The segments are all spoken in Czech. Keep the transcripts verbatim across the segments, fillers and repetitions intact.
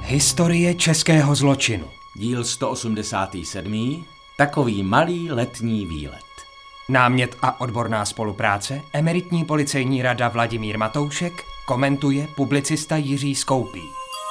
Historie českého zločinu. Díl sto osmdesát sedm. Takový malý letní výlet. Námět a odborná spolupráce, emeritní policejní rada Vladimír Matoušek, komentuje publicista Jiří Skoupý.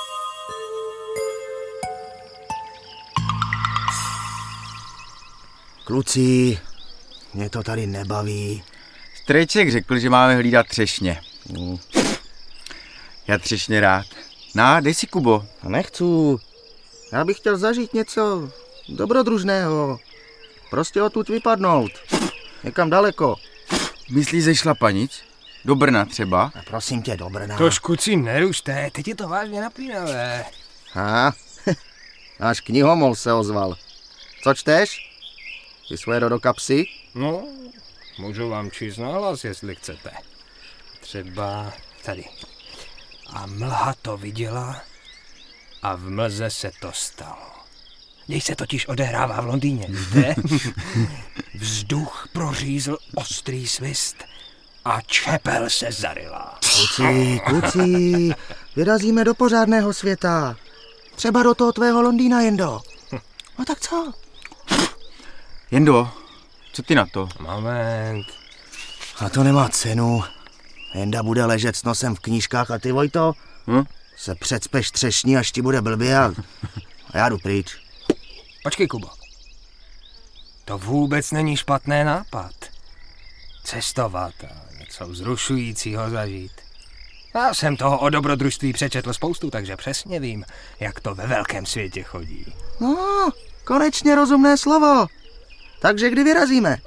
Kluci, mě to tady nebaví. Strejček řekl, že máme hlídat třešně. Hmm. Já třešně rád. No, dej si, Kubo. Nechci. Já bych chtěl zažít něco dobrodružného. Prostě odtud vypadnout. Někam daleko. Myslíš ze Šlapanic? Do Brna třeba? A prosím tě, do Brna. Trošku si nerušte, teď je to vážně napínavé. Ha, náš knihomol se ozval. Co čteš? Ty svoje do kapsy? No, můžu vám číst nahlas, jestli chcete. Třeba tady. A mlha to viděla a v mlze se to stalo. Děj se totiž odehrává v Londýně, víte? Vzduch prořízl ostrý svist a čepel se zaryla. Kluci, kluci, vyrazíme do pořádného světa. Třeba do toho tvého Londýna, Jendo. No tak co? Jendo, co ty na to? Moment. A to nemá cenu. Jenda bude ležet s nosem v knížkách a ty, Vojto, hm? se předspeš třešní, až ti bude blbě a, a já jdu pryč. Počkej, Kubo. To vůbec není špatný nápad. Cestovat a něco vzrušujícího zažít. Já jsem toho o dobrodružství přečetl spoustu, takže přesně vím, jak to ve velkém světě chodí. No, konečně rozumné slovo. Takže kdy vyrazíme?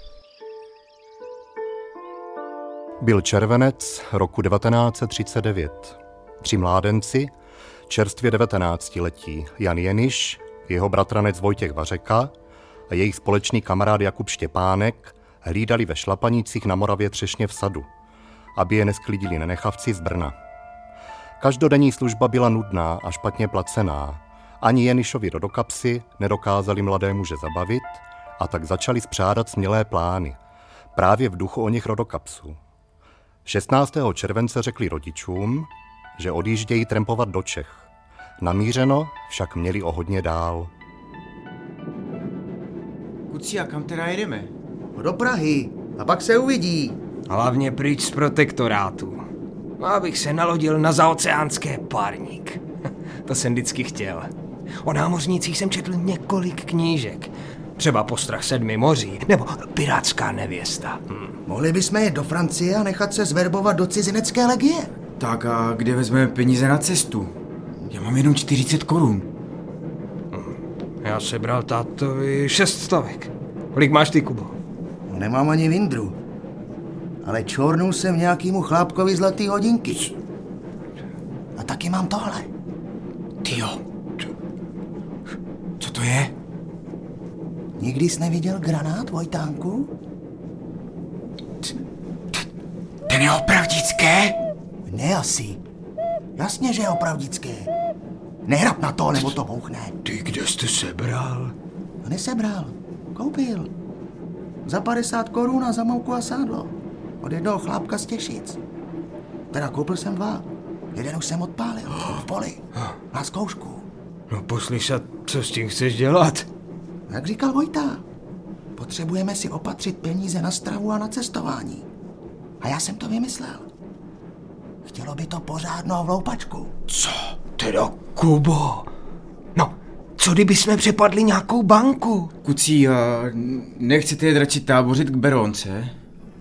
Byl červenec roku devatenáct set třicet devět. Tři mládenci, čerstvě devatenáctiletí Jan Jeniš, jeho bratranec Vojtěch Vařeka a jejich společný kamarád Jakub Štěpánek hlídali ve Šlapanicích na Moravě třešně v sadu, aby je nesklidili nenechavci z Brna. Každodenní služba byla nudná a špatně placená. Ani Jenišovi do kapsy nedokázali mladé muže zabavit a tak začali spřádat smělé plány, právě v duchu o nich rodokapsů. šestnáctého července řekli rodičům, že odjíždějí trampovat do Čech. Namířeno však měli o hodně dál. Kuci, a kam teda jedeme? Do Prahy a pak se uvidí. Hlavně pryč z protektorátu. Abych se nalodil na zaoceánské párník. To jsem vždycky chtěl. O námořnících jsem četl několik knížek. Třeba Postrach sedmi moří, nebo Pirátská nevěsta. Hm. Mohli bychom jet do Francie a nechat se zverbovat do cizinecké legie. Tak a kde vezmeme peníze na cestu? Já mám jenom čtyřicet korun. Já sebral tátovi šest stovek. Kolik máš ty, Kubo? Nemám ani vindru. Ale čornul jsem nějakýmu chlápkovi zlatý hodinky. A taky mám tohle. Tyjo. Co to je? Nikdy jsi neviděl granát, Vojtánku? Ten je opravdické? Ne asi. Jasně, že je opravdické. Nehrab na to, nebo to bouchne. Ty kde jste sebral? Nesebral. Koupil. Za padesát korun a za mouku a sádlo. Od jednoho chlápka z Těšic. Teda koupil jsem dva. Jeden už jsem odpálil. V poli. Na zkoušku. No poslyš, a co s tím chceš dělat? Jak říkal Vojta, potřebujeme si opatřit peníze na stravu a na cestování. A já jsem to vymyslel. Chtělo by to pořádnou vloupačku. Co? Teda, Kubo? No, co kdyby jsme přepadli nějakou banku? Kucí, a nechcete je radši tábořit k Berounce?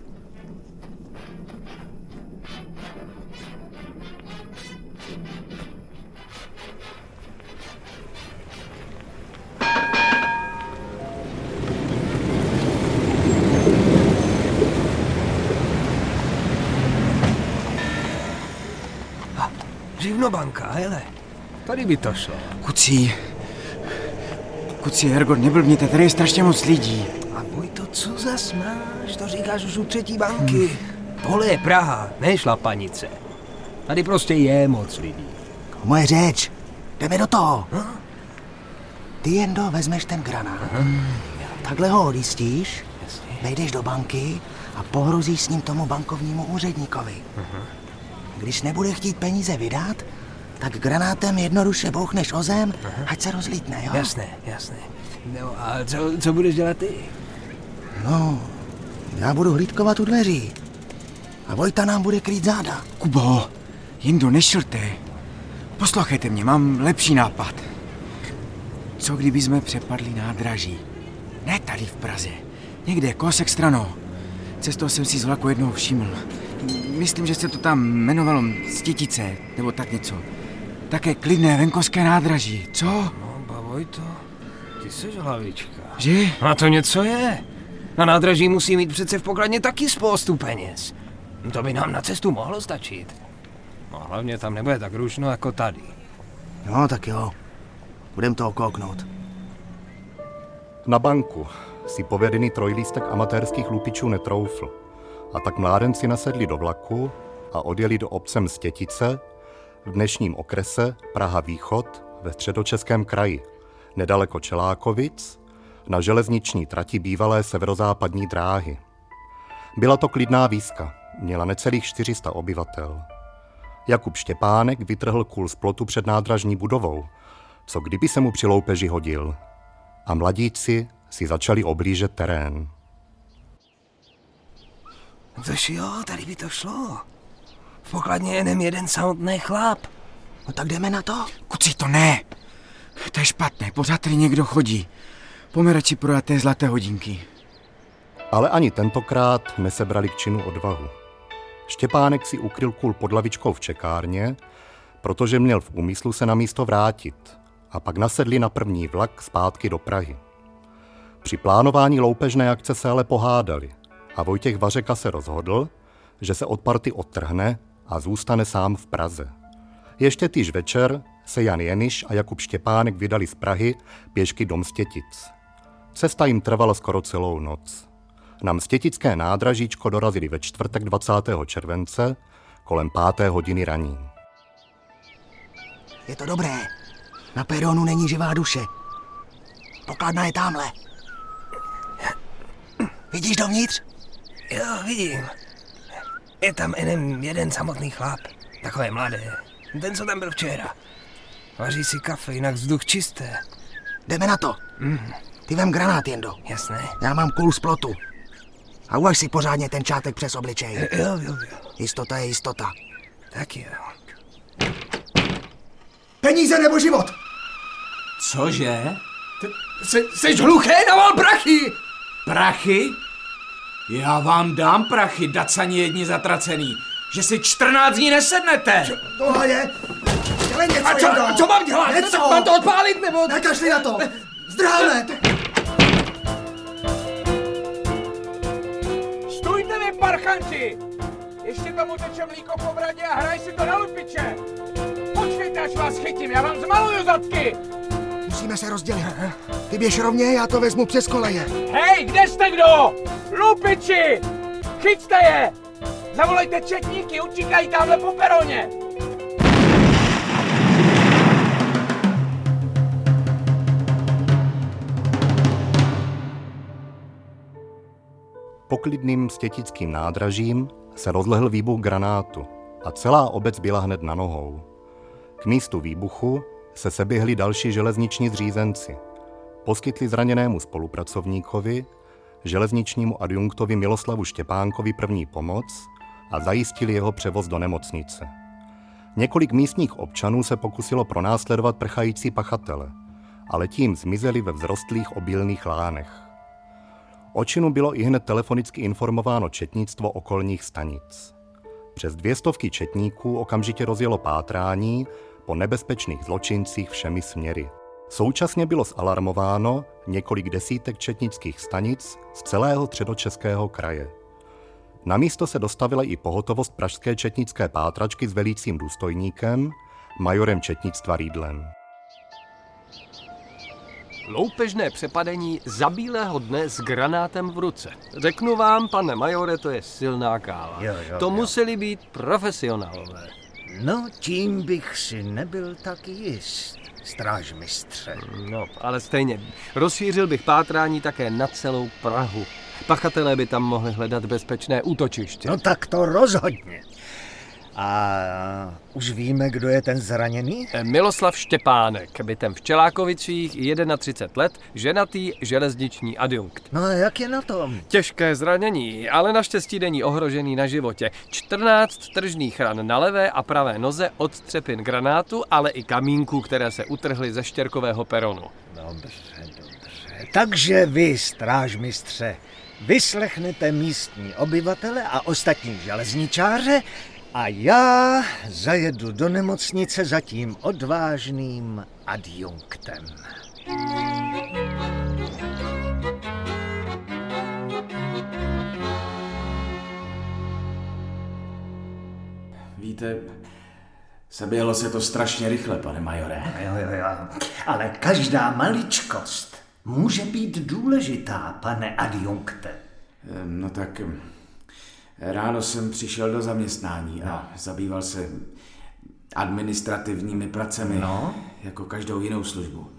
Živnobanka, hele. Tady by to šlo. Kucí. Kucí, Hergot, neblbněte, tady je strašně moc lidí. A Vojto, co zas máš? To říkáš už u třetí banky. Tohle je Praha, ne Šlapanice. Tady prostě je moc lidí. Moje řeč. Jdeme do toho. Hm? Ty, Jendo, vezmeš ten granát. Hm. Takhle ho odjistíš, vejdeš do banky a pohrozíš s ním tomu bankovnímu úředníkovi. Hm. Když nebude chtít peníze vydat, Tak granátem jednoduše bouchneš o zem, aha, ať se rozlítne, jo? Jasné, jasné. No a co, co budeš dělat ty? No, já budu hlídkovat u dveří. A Vojta nám bude krýt záda. Kubo, Jindo, nešlte. Poslouchejte mě, mám lepší nápad. Co kdyby jsme přepadli nádraží? Ne tady v Praze. Někde, kousek stranou. Cestou jsem si z vlaku jednou všiml. Myslím, že se to tam jmenovalo Stětice, nebo tak něco. Také klidné venkovské nádraží, co? No, Vojto, ty jsi hlavička. Že? A to něco je. Na nádraží musí mít přece v pokladně taky spoustu peněz. To by nám na cestu mohlo stačit. No hlavně tam nebude tak rušno jako tady. No tak jo, budem to okouknout. Na banku si povědený trojlístek amatérských lupičů netroufl. A tak mládenci nasedli do vlaku a odjeli do obce Stětice v dnešním okrese Praha Východ ve středočeském kraji, nedaleko Čelákovic, na železniční trati bývalé severozápadní dráhy. Byla to klidná výska, měla necelých čtyři sta obyvatel. Jakub Štěpánek vytrhl kůl z plotu před nádražní budovou, co kdyby se mu při loupeži hodil. A mladíci si začali oblížet terén. Tož jo, tady by to šlo. V pokladně jenom jeden samotný chlap. No tak jdeme na to. Kuci, to ne. To je špatné, pořád tady někdo chodí. Pojďme radši prodat té zlaté hodinky. Ale ani tentokrát nesebrali k činu odvahu. Štěpánek si ukryl kůl pod lavičkou v čekárně, protože měl v úmyslu se na místo vrátit a pak nasedli na první vlak zpátky do Prahy. Při plánování loupežné akce se ale pohádali a Vojtěch Vařeka se rozhodl, že se od party odtrhne a zůstane sám v Praze. Ještě týž večer se Jan Jeniš a Jakub Štěpánek vydali z Prahy pěšky do Mstětic. Cesta jim trvala skoro celou noc. Na mstětické nádražíčko dorazili ve čtvrtek dvacátého července kolem páté hodiny raní. Je to dobré. Na peronu není živá duše. Pokladna je támhle. Vidíš dovnitř? Jo, vidím. Je tam jenom jeden samotný chlap. Takové mladé. Ten, co tam byl včera. Vaří si kafe, jinak vzduch čisté. Jdeme na to. Mm. Ty vem granát, Jendo. Jasné. Já mám kůl z plotu. A uvaž si pořádně ten čátek přes obličej. Jo, jo, jo. Jistota je jistota. Tak jo. Peníze nebo život? Cože? Ty, jsi, jsi hluché, naval prachy! Prachy? Já vám dám prachy, dacani jedni zatracený. Že si čtrnáct dní nesednete. Tohle je... Dělej něco, A co, Jendo. co mám dělat? Něco. Mám to odpálit, nebo... Nekašli na to. Zdrháme. Stůjte vy, parchanti! Ještě tomu teče mlíko po bradě a hraj si to na lupiče! Počkejte, až vás chytím, já vám zmaluju zadky! Musíme se rozdělit. Ty běž rovně, já to vezmu přes koleje. Hej, kde jste kdo? Lupiči! Chyťte je! Zavolejte četníky, utíkají tamhle po peroně! Poklidným stětickým nádražím se rozlehl výbuch granátu a celá obec byla hned na nohou. K místu výbuchu se seběhli další železniční zřízenci. Poskytli zraněnému spolupracovníkovi, železničnímu adjunktovi Miloslavu Štěpánkovi první pomoc a zajistili jeho převoz do nemocnice. Několik místních občanů se pokusilo pronásledovat prchající pachatele, ale tím zmizeli ve vzrostlých obilných lánech. O činu bylo ihned telefonicky informováno četnictvo okolních stanic. Přes dvě stovky četníků okamžitě rozjelo pátrání po nebezpečných zločincích všemi směry. Současně bylo zalarmováno několik desítek četnických stanic z celého středočeského kraje. Na místo se dostavila i pohotovost pražské četnické pátračky s velícím důstojníkem, majorem četnictva Rýdlem. Loupežné přepadení za bílého dne s granátem v ruce. Řeknu vám, pane majore, to je silná káva. Jo, jo, to jo. museli být profesionálové. No, tím bych si nebyl tak jist, strážmistře. No, ale stejně, rozšířil bych pátrání také na celou Prahu. Pachatelé by tam mohli hledat bezpečné útočiště. No tak to rozhodně. A už víme, kdo je ten zraněný? Miloslav Štěpánek, bytem v Čelákovicích, třicet jedna let, ženatý železniční adjunkt. No a jak je na tom? Těžké zranění, ale naštěstí není ohrožený na životě. čtrnáct tržních ran na levé a pravé noze od třepin granátu, ale i kamínků, které se utrhly ze štěrkového peronu. Dobře, dobře. Takže vy, strážmistře, vyslechnete místní obyvatele a ostatní železničáře a já zajedu do nemocnice za tím odvážným adjunktem. Víte, seběhlo se to strašně rychle, pane majore. Jo, jo, jo. Ale každá maličkost může být důležitá, pane adjunkte. No tak ráno jsem přišel do zaměstnání a no. zabýval se administrativními pracemi, no. jako každou jinou službu.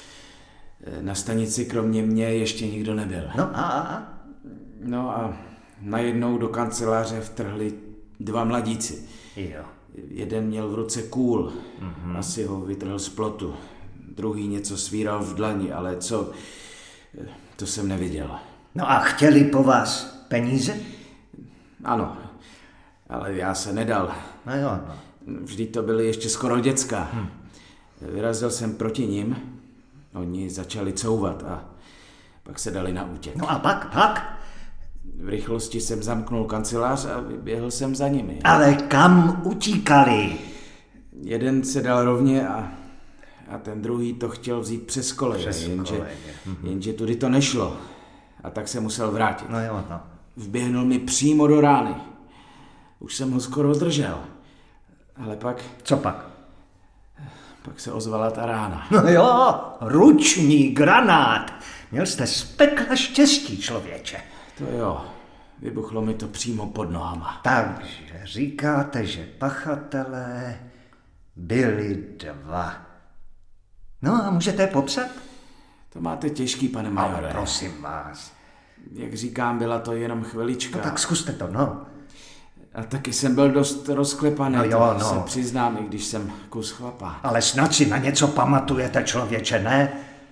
Na stanici kromě mě ještě nikdo nebyl. No a, a? No a najednou do kanceláře vtrhli dva mladíci. Jo. Jeden měl v ruce kůl, mm-hmm. asi ho vytrhl z plotu. Druhý něco svíral v dlani, ale co, to jsem neviděl. No a chtěli po vás peníze? Ano, ale já se nedal. No jo, no. Vždyť to byly ještě skoro děcka. Hm. Vyrazil jsem proti nim, oni začali couvat a pak se dali na útěk. No a pak, pak? V rychlosti jsem zamknul kancelář a vyběhl jsem za nimi. Ale kam utíkali? Jeden se dal rovně a, a ten druhý to chtěl vzít přes koleje, Přes jenže, koleje. jenže tudy to nešlo. A tak se musel vrátit. No jo, no. Vběhnul mi přímo do rány. Už jsem ho skoro držel. Ale pak... Co pak? Pak se ozvala ta rána. No jo, ruční granát. Měl jste z pekla štěstí, člověče. To jo, vybuchlo mi to přímo pod nohama. Takže říkáte, že pachatelé byli dva. No a můžete popsat? To máte těžký, pane majore. Ale prosím vás. Jak říkám, byla to jenom chvilička. No tak zkuste to, no. A taky jsem byl dost rozklepaný, no jo, no. se přiznám, i když jsem kus chlapa. Ale snad si na něco pamatujete, člověče, ne?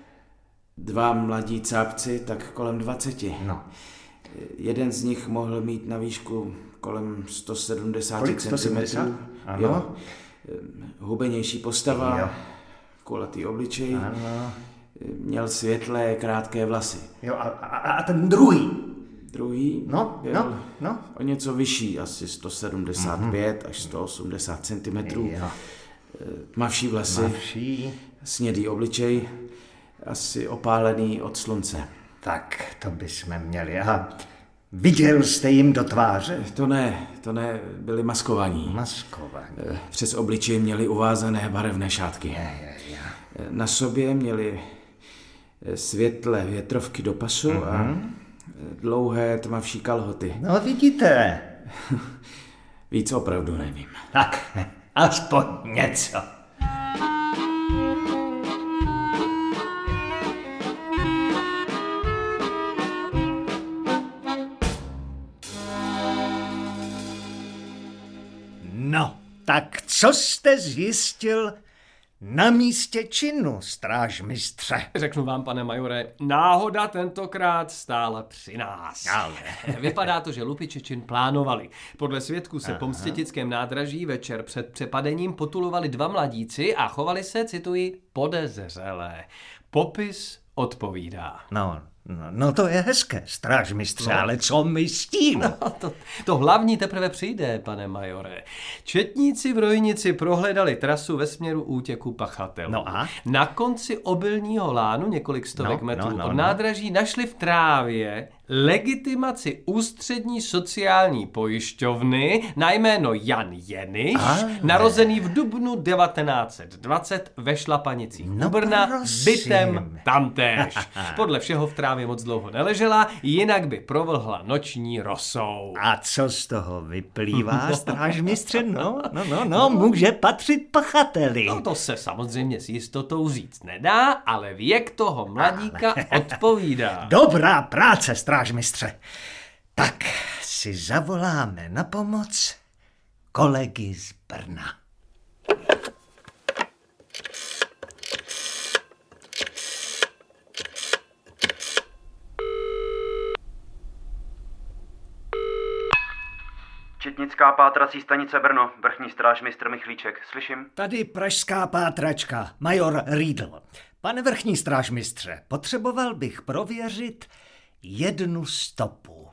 Dva mladí cápci, tak kolem dvaceti. No. Jeden z nich mohl mít na výšku kolem sto sedmdesát centimetrů. Ano. Jo. Hubenější postava, jo. kulatý obličej. Ano. Měl světlé, krátké vlasy. Jo, a, a, a ten druhý? Druhý no, byl no, no. o něco vyšší, asi sto sedmdesát pět mm-hmm. až sto osmdesát centimetrů. Tmavší vlasy, Tmavší. snědý obličej, asi opálený od slunce. Tak, to bychom měli. A viděl jste jim do tváře? To ne, to ne, byli maskovaní. Maskovaní. Přes obličej měli uvázané barevné šátky. Je, je, je. Na sobě měli světlé větrovky do pasu mm-hmm. a dlouhé tmavší kalhoty. No vidíte. Víc opravdu nevím. Tak, aspoň něco. No, tak co jste zjistil na místě činu, strážmistře? Řeknu vám, pane majore, náhoda tentokrát stála při nás. Ale. Vypadá to, že lupiči čin plánovali. Podle svědků se po Mstětickém nádraží večer před přepadením potulovali dva mladíci a chovali se, cituji, podezřelé. Popis odpovídá. No, no, no to je hezké, strážmistře, no. Ale co my s tím? No, to, to hlavní teprve přijde, pane majore. Četníci v Rojnici prohledali trasu ve směru útěku pachatelů. No a? Na konci obilního lánu, několik stovek no, metrů no, no, od nádraží, našli v trávě legitimaci Ústřední sociální pojišťovny na jméno Jan Jeniš, Ale. narozený v dubnu devatenáct set dvacet ve Šlapanicích no, u Brna, prosím. bytem tamtéž. Podle všeho v trávě moc dlouho neležela, jinak by provlhla noční rosou. A co z toho vyplývá, strážmistře? No, no, no, no, může patřit pachateli. No to se samozřejmě s jistotou říct nedá, ale věk toho mladíka ale. odpovídá. Dobrá práce, strážmistře. Tak si zavoláme na pomoc kolegy z Brna. Četnická pátrací stanice Brno, vrchní strážmistr Michlíček. Slyším? Tady pražská pátračka, major Riedl. Pane vrchní strážmistře, potřeboval bych prověřit jednu stopu.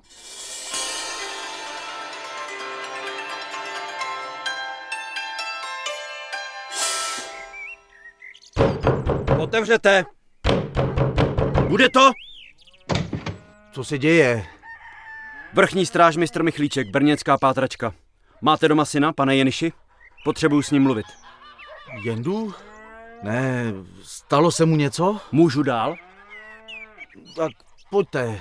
Otevřete! Bude to? Co se děje? Vrchní strážmistr Michlíček, brněnská pátračka. Máte doma syna, pane Jeniši? Potřebuju s ním mluvit. Jendu? Ne, stalo se mu něco? Můžu dál? Tak pojďte.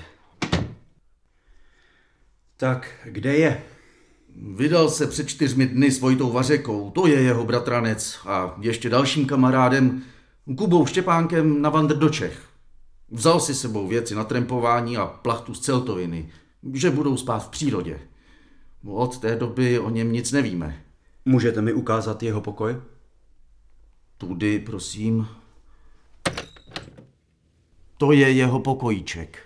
Tak, kde je? Vydal se před čtyřmi dny s Vojtou Vařekou, to je jeho bratranec, a ještě dalším kamarádem, Kubou Štěpánkem, na vandr do Čech. Vzal si sebou věci na trampování a plachtu z Celtoviny, že budou spát v přírodě. Od té doby o něm nic nevíme. Můžete mi ukázat jeho pokoj? Tudy, prosím. To je jeho pokojíček.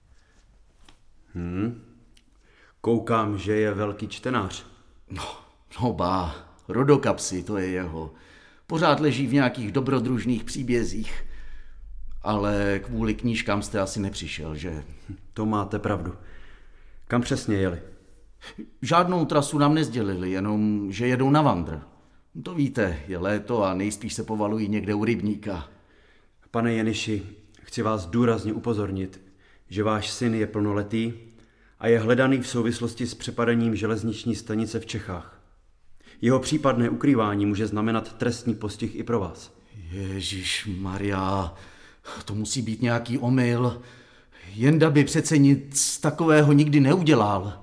Hmm. Koukám, že je velký čtenář. No, no bá, rodokapsy, to je jeho. Pořád leží v nějakých dobrodružných příbězích. Ale kvůli knížkám jste asi nepřišel, že? To máte pravdu. Kam přesně jeli? Žádnou trasu nám nezdělili, jenom že jedou na vandr. To víte, je léto a nejspíš se povalují někde u rybníka. Pane Jeniši, chci vás důrazně upozornit, že váš syn je plnoletý a je hledaný v souvislosti s přepadením železniční stanice v Čechách. Jeho případné ukrývání může znamenat trestní postih i pro vás. Ježíš Maria, to musí být nějaký omyl. Jenda by přece nic takového nikdy neudělal.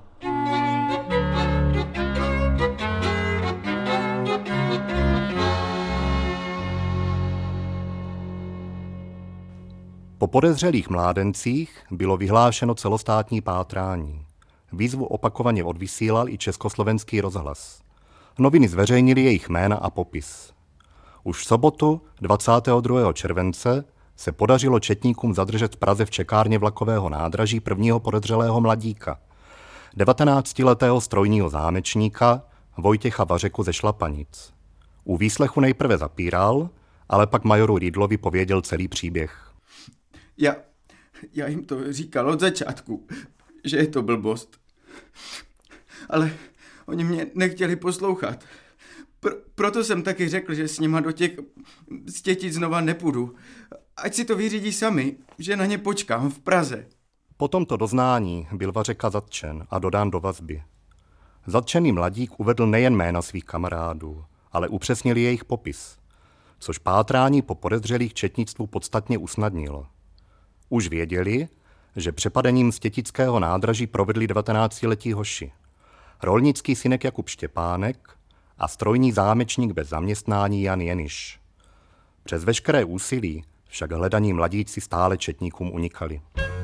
Po podezřelých mládencích bylo vyhlášeno celostátní pátrání. Výzvu opakovaně odvysílal i Československý rozhlas. Noviny zveřejnily jejich jména a popis. Už v sobotu dvacátého druhého července se podařilo četníkům zadržet v Praze v čekárně vlakového nádraží prvního podezřelého mladíka, devatenáctiletého strojního zámečníka Vojtěcha Vařeku ze Šlapanic. U výslechu nejprve zapíral, ale pak majoru Riedlovi pověděl celý příběh. Já, já jim to říkal od začátku, že je to blbost. Ale oni mě nechtěli poslouchat. Pro, proto jsem taky řekl, že s nima do těch Stětic znova nepůjdu. Ať si to vyřídí sami, že na ně počkám v Praze. Po tomto doznání byl Vařeka zatčen a dodán do vazby. Zatčený mladík uvedl nejen jména svých kamarádů, ale upřesnil jejich popis, což pátrání po podezřelých četnictvu podstatně usnadnilo. Už věděli, že přepadením Stětického nádraží provedli devatenáctiletí hoši. Rolnický synek Jakub Štěpánek a strojní zámečník bez zaměstnání Jan Jeniš. Přes veškeré úsilí však hledaní mladíci stále četníkům unikali.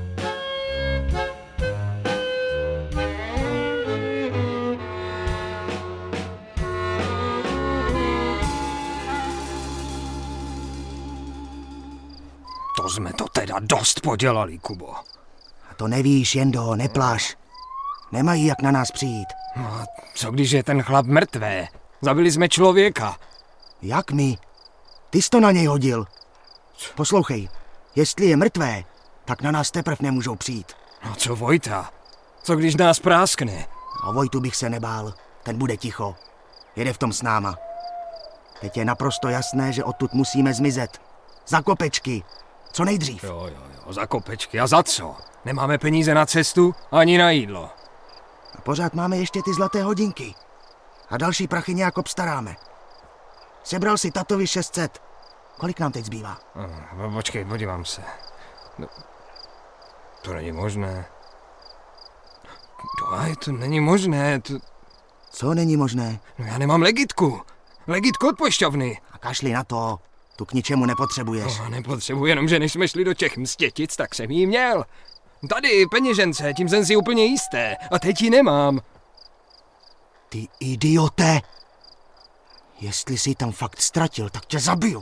To jsme to teda dost podělali, Kubo. A to nevíš, Jendo, nepláš. Nemají jak na nás přijít. No a co když je ten chlap mrtvé? Zabili jsme člověka. Jak my? Ty jsi to na něj hodil. Poslouchej, jestli je mrtvé, tak na nás teprv nemůžou přijít. No co Vojta? Co když nás práskne? O Vojtu bych se nebál, ten bude ticho. Jede v tom s náma. Teď je naprosto jasné, že odtud musíme zmizet. Za kopečky. Co nejdřív. Jo, jo, jo, za kopečky. A za co? Nemáme peníze na cestu ani na jídlo. A pořád máme ještě ty zlaté hodinky. A další prachy nějak obstaráme. Sebral si tatovi šest set. Kolik nám teď zbývá? No, počkej, podívám se. No, to není možné. To, aj, to není možné. To... Co není možné? No já nemám legitku. Legitku od pošťovny. A kašli na to. Tu k ničemu nepotřebuješ. No, nepotřebuji, jenomže než jsme šli do těch Stětic, tak jsem jí měl. Tady, peněžence, tím jsem si úplně jisté. A teď ji nemám. Ty idiote! Jestli jsi tam fakt ztratil, tak tě zabiju.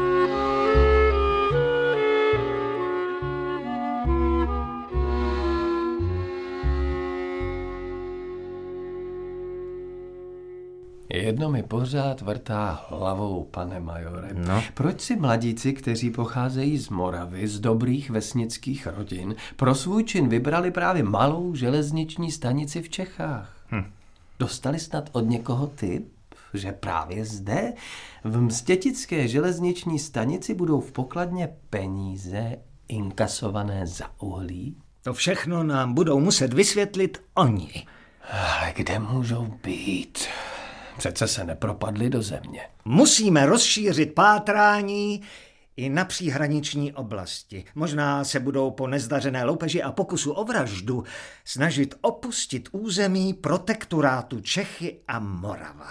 Jedno mi pořád vrtá hlavou, pane majore. No. Proč si mladíci, kteří pocházejí z Moravy, z dobrých vesnických rodin, pro svůj čin vybrali právě malou železniční stanici v Čechách? Hm. Dostali snad od někoho tip, že právě zde, v Mstětické železniční stanici, budou v pokladně peníze inkasované za uhlí? To všechno nám budou muset vysvětlit oni. Ale kde můžou být? Přece se nepropadli do země. Musíme rozšířit pátrání i na příhraniční oblasti. Možná se budou po nezdařené loupeži a pokusu o vraždu snažit opustit území protektorátu Čechy a Morava.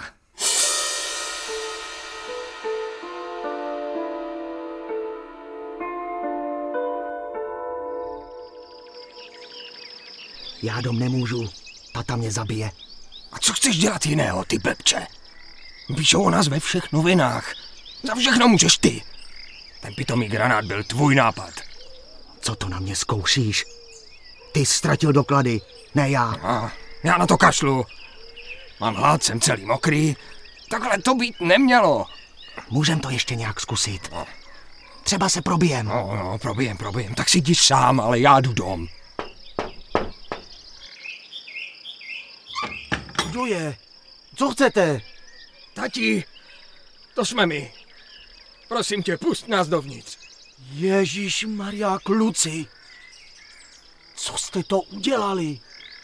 Já dom nemůžu, tata mě zabije. A co chceš dělat jiného, ty blbče? Píšou o nás ve všech novinách. Za všechno můžeš ty. Ten pitomý granát byl tvůj nápad. Co to na mě zkoušíš? Ty jsi ztratil doklady, ne já. A já na to kašlu. Mám hlad, jsem celý mokrý. Takhle to být nemělo. Můžem to ještě nějak zkusit. No. Třeba se probijem. No, no, probijem, probijem. Tak si jdi sám, ale já jdu dom. Kdo je? Co chcete? Tati, to jsme my. Prosím tě, pust nás dovnitř. Ježíš Maria, kluci. Co jste to udělali?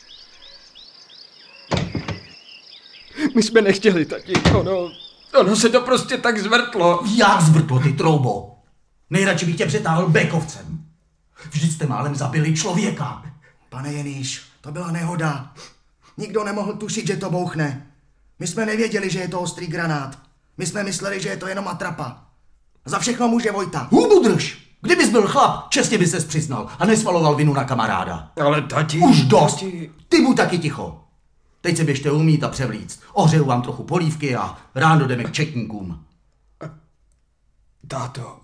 My jsme nechtěli, tati. Ono, ono se to prostě tak zvrtlo. Jak zvrtlo, ty troubo? Nejradši bych tě přetáhl bekovcem. Vždyť jste málem zabili člověka. Pane Jeníš, to byla nehoda. Nikdo nemohl tušit, že to bouchne. My jsme nevěděli, že je to ostrý granát. My jsme mysleli, že je to jenom atrapa. Za všechno může Vojta. Hubu drž! Kdybys byl chlap, čestně bys ses přiznal a nesvaloval vinu na kamaráda. Ale tati... Už dost! Tati... Ty buď taky ticho. Teď se běžte umýt a převlíct. Ohřeju vám trochu polívky a ráno jdeme k četníkům. Táto,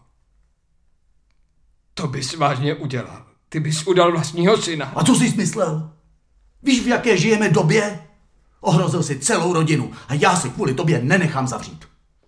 to bys vážně udělal. Ty bys udal vlastního syna. A co jsi myslel? Víš, v jaké žijeme době? Ohrozil si celou rodinu a já si kvůli tobě nenechám zavřít.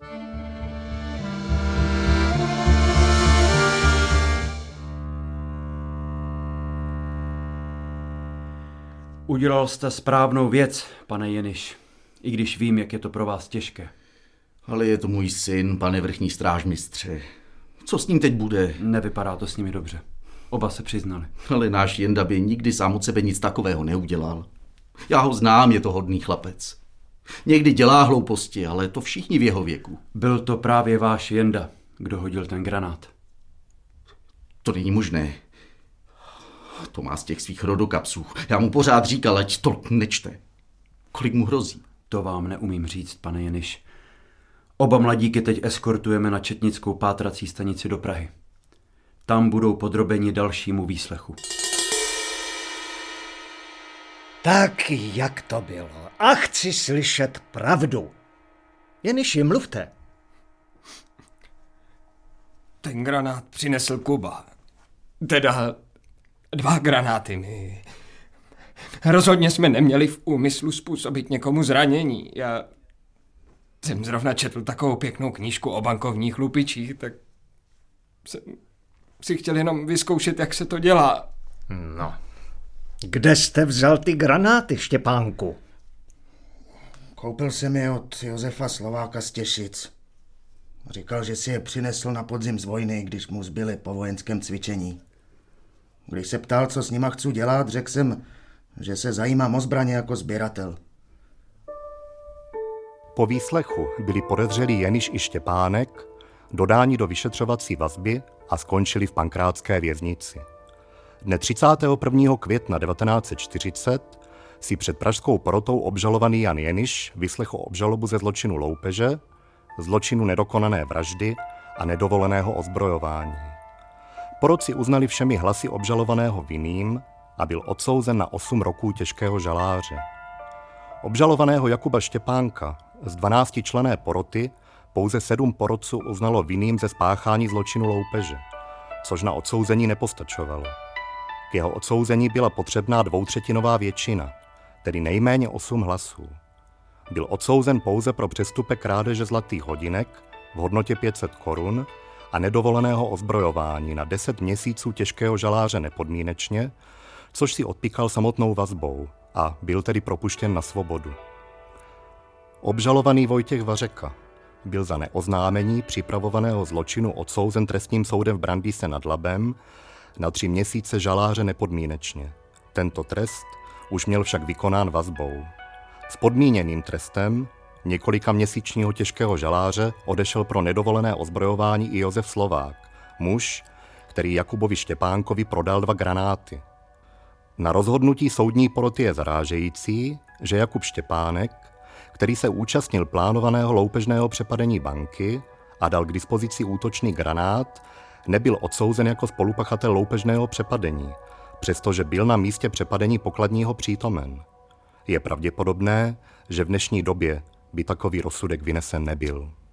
Udělal jste správnou věc, pane Jeniš, i když vím, jak je to pro vás těžké. Ale je to můj syn, pane vrchní strážmistře. Co s ním teď bude? Nevypadá to s nimi dobře. Oba se přiznali. Ale náš Jenda by nikdy sám od sebe nic takového neudělal. Já ho znám, je to hodný chlapec. Někdy dělá hlouposti, ale to všichni v jeho věku. Byl to právě váš Jenda, kdo hodil ten granát. To není možné. To má z těch svých rodokapsů. Já mu pořád říkal, ať to nečte. Kolik mu hrozí? To vám neumím říct, pane Jeniš. Oba mladíky teď eskortujeme na četnickou pátrací stanici do Prahy. Tam budou podrobeni dalšímu výslechu. Tak jak to bylo? A chci slyšet pravdu. Jeniši, mluvte. Ten granát přinesl Kuba. Teda dva granáty mi. Rozhodně jsme neměli v úmyslu způsobit někomu zranění. Já jsem zrovna četl takovou pěknou knížku o bankovních lupičích, tak jsem si chtěl jenom vyzkoušet, jak se to dělá. No. Kde jste vzal ty granáty, Štěpánku? Koupil jsem je od Josefa Slováka z Těšic. Říkal, že si je přinesl na podzim z vojny, když mu zbyli po vojenském cvičení. Když se ptal, co s nima chci dělat, řekl jsem, že se zajímám o zbraně jako sběratel. Po výslechu byli podezřelí Jeniš i Štěpánek dodáni do vyšetřovací vazby a skončili v pankrátské věznici. Dne třicátého prvního května devatenáct set čtyřicet si před pražskou porotou obžalovaný Jan Jeniš vyslechl obžalobu ze zločinu loupeže, zločinu nedokonané vraždy a nedovoleného ozbrojování. Porotci uznali všemi hlasy obžalovaného vinným a byl odsouzen na osm roků těžkého žaláře. Obžalovaného Jakuba Štěpánka z dvanáctičlenné poroty pouze sedm porotců uznalo vinným ze spáchání zločinu loupeže, což na odsouzení nepostačovalo. K jeho odsouzení byla potřebná dvoutřetinová většina, tedy nejméně osm hlasů. Byl odsouzen pouze pro přestupek krádeže zlatých hodinek v hodnotě pět set korun a nedovoleného ozbrojování na deset měsíců těžkého žaláře nepodmínečně, což si odpíkal samotnou vazbou a byl tedy propuštěn na svobodu. Obžalovaný Vojtěch Vařeka byl za neoznámení připravovaného zločinu odsouzen trestním soudem v Brandýse nad Labem na tři měsíce žaláře nepodmínečně. Tento trest už měl však vykonán vazbou. S podmíněným trestem několika měsíčního těžkého žaláře odešel pro nedovolené ozbrojování i Josef Slovák, muž, který Jakubovi Štěpánkovi prodal dva granáty. Na rozhodnutí soudní poroty je zarážející, že Jakub Štěpánek, který se účastnil plánovaného loupežného přepadení banky a dal k dispozici útočný granát, nebyl odsouzen jako spolupachatel loupežného přepadení, přestože byl na místě přepadení pokladního přítomen. Je pravděpodobné, že v dnešní době by takový rozsudek vynesen nebyl.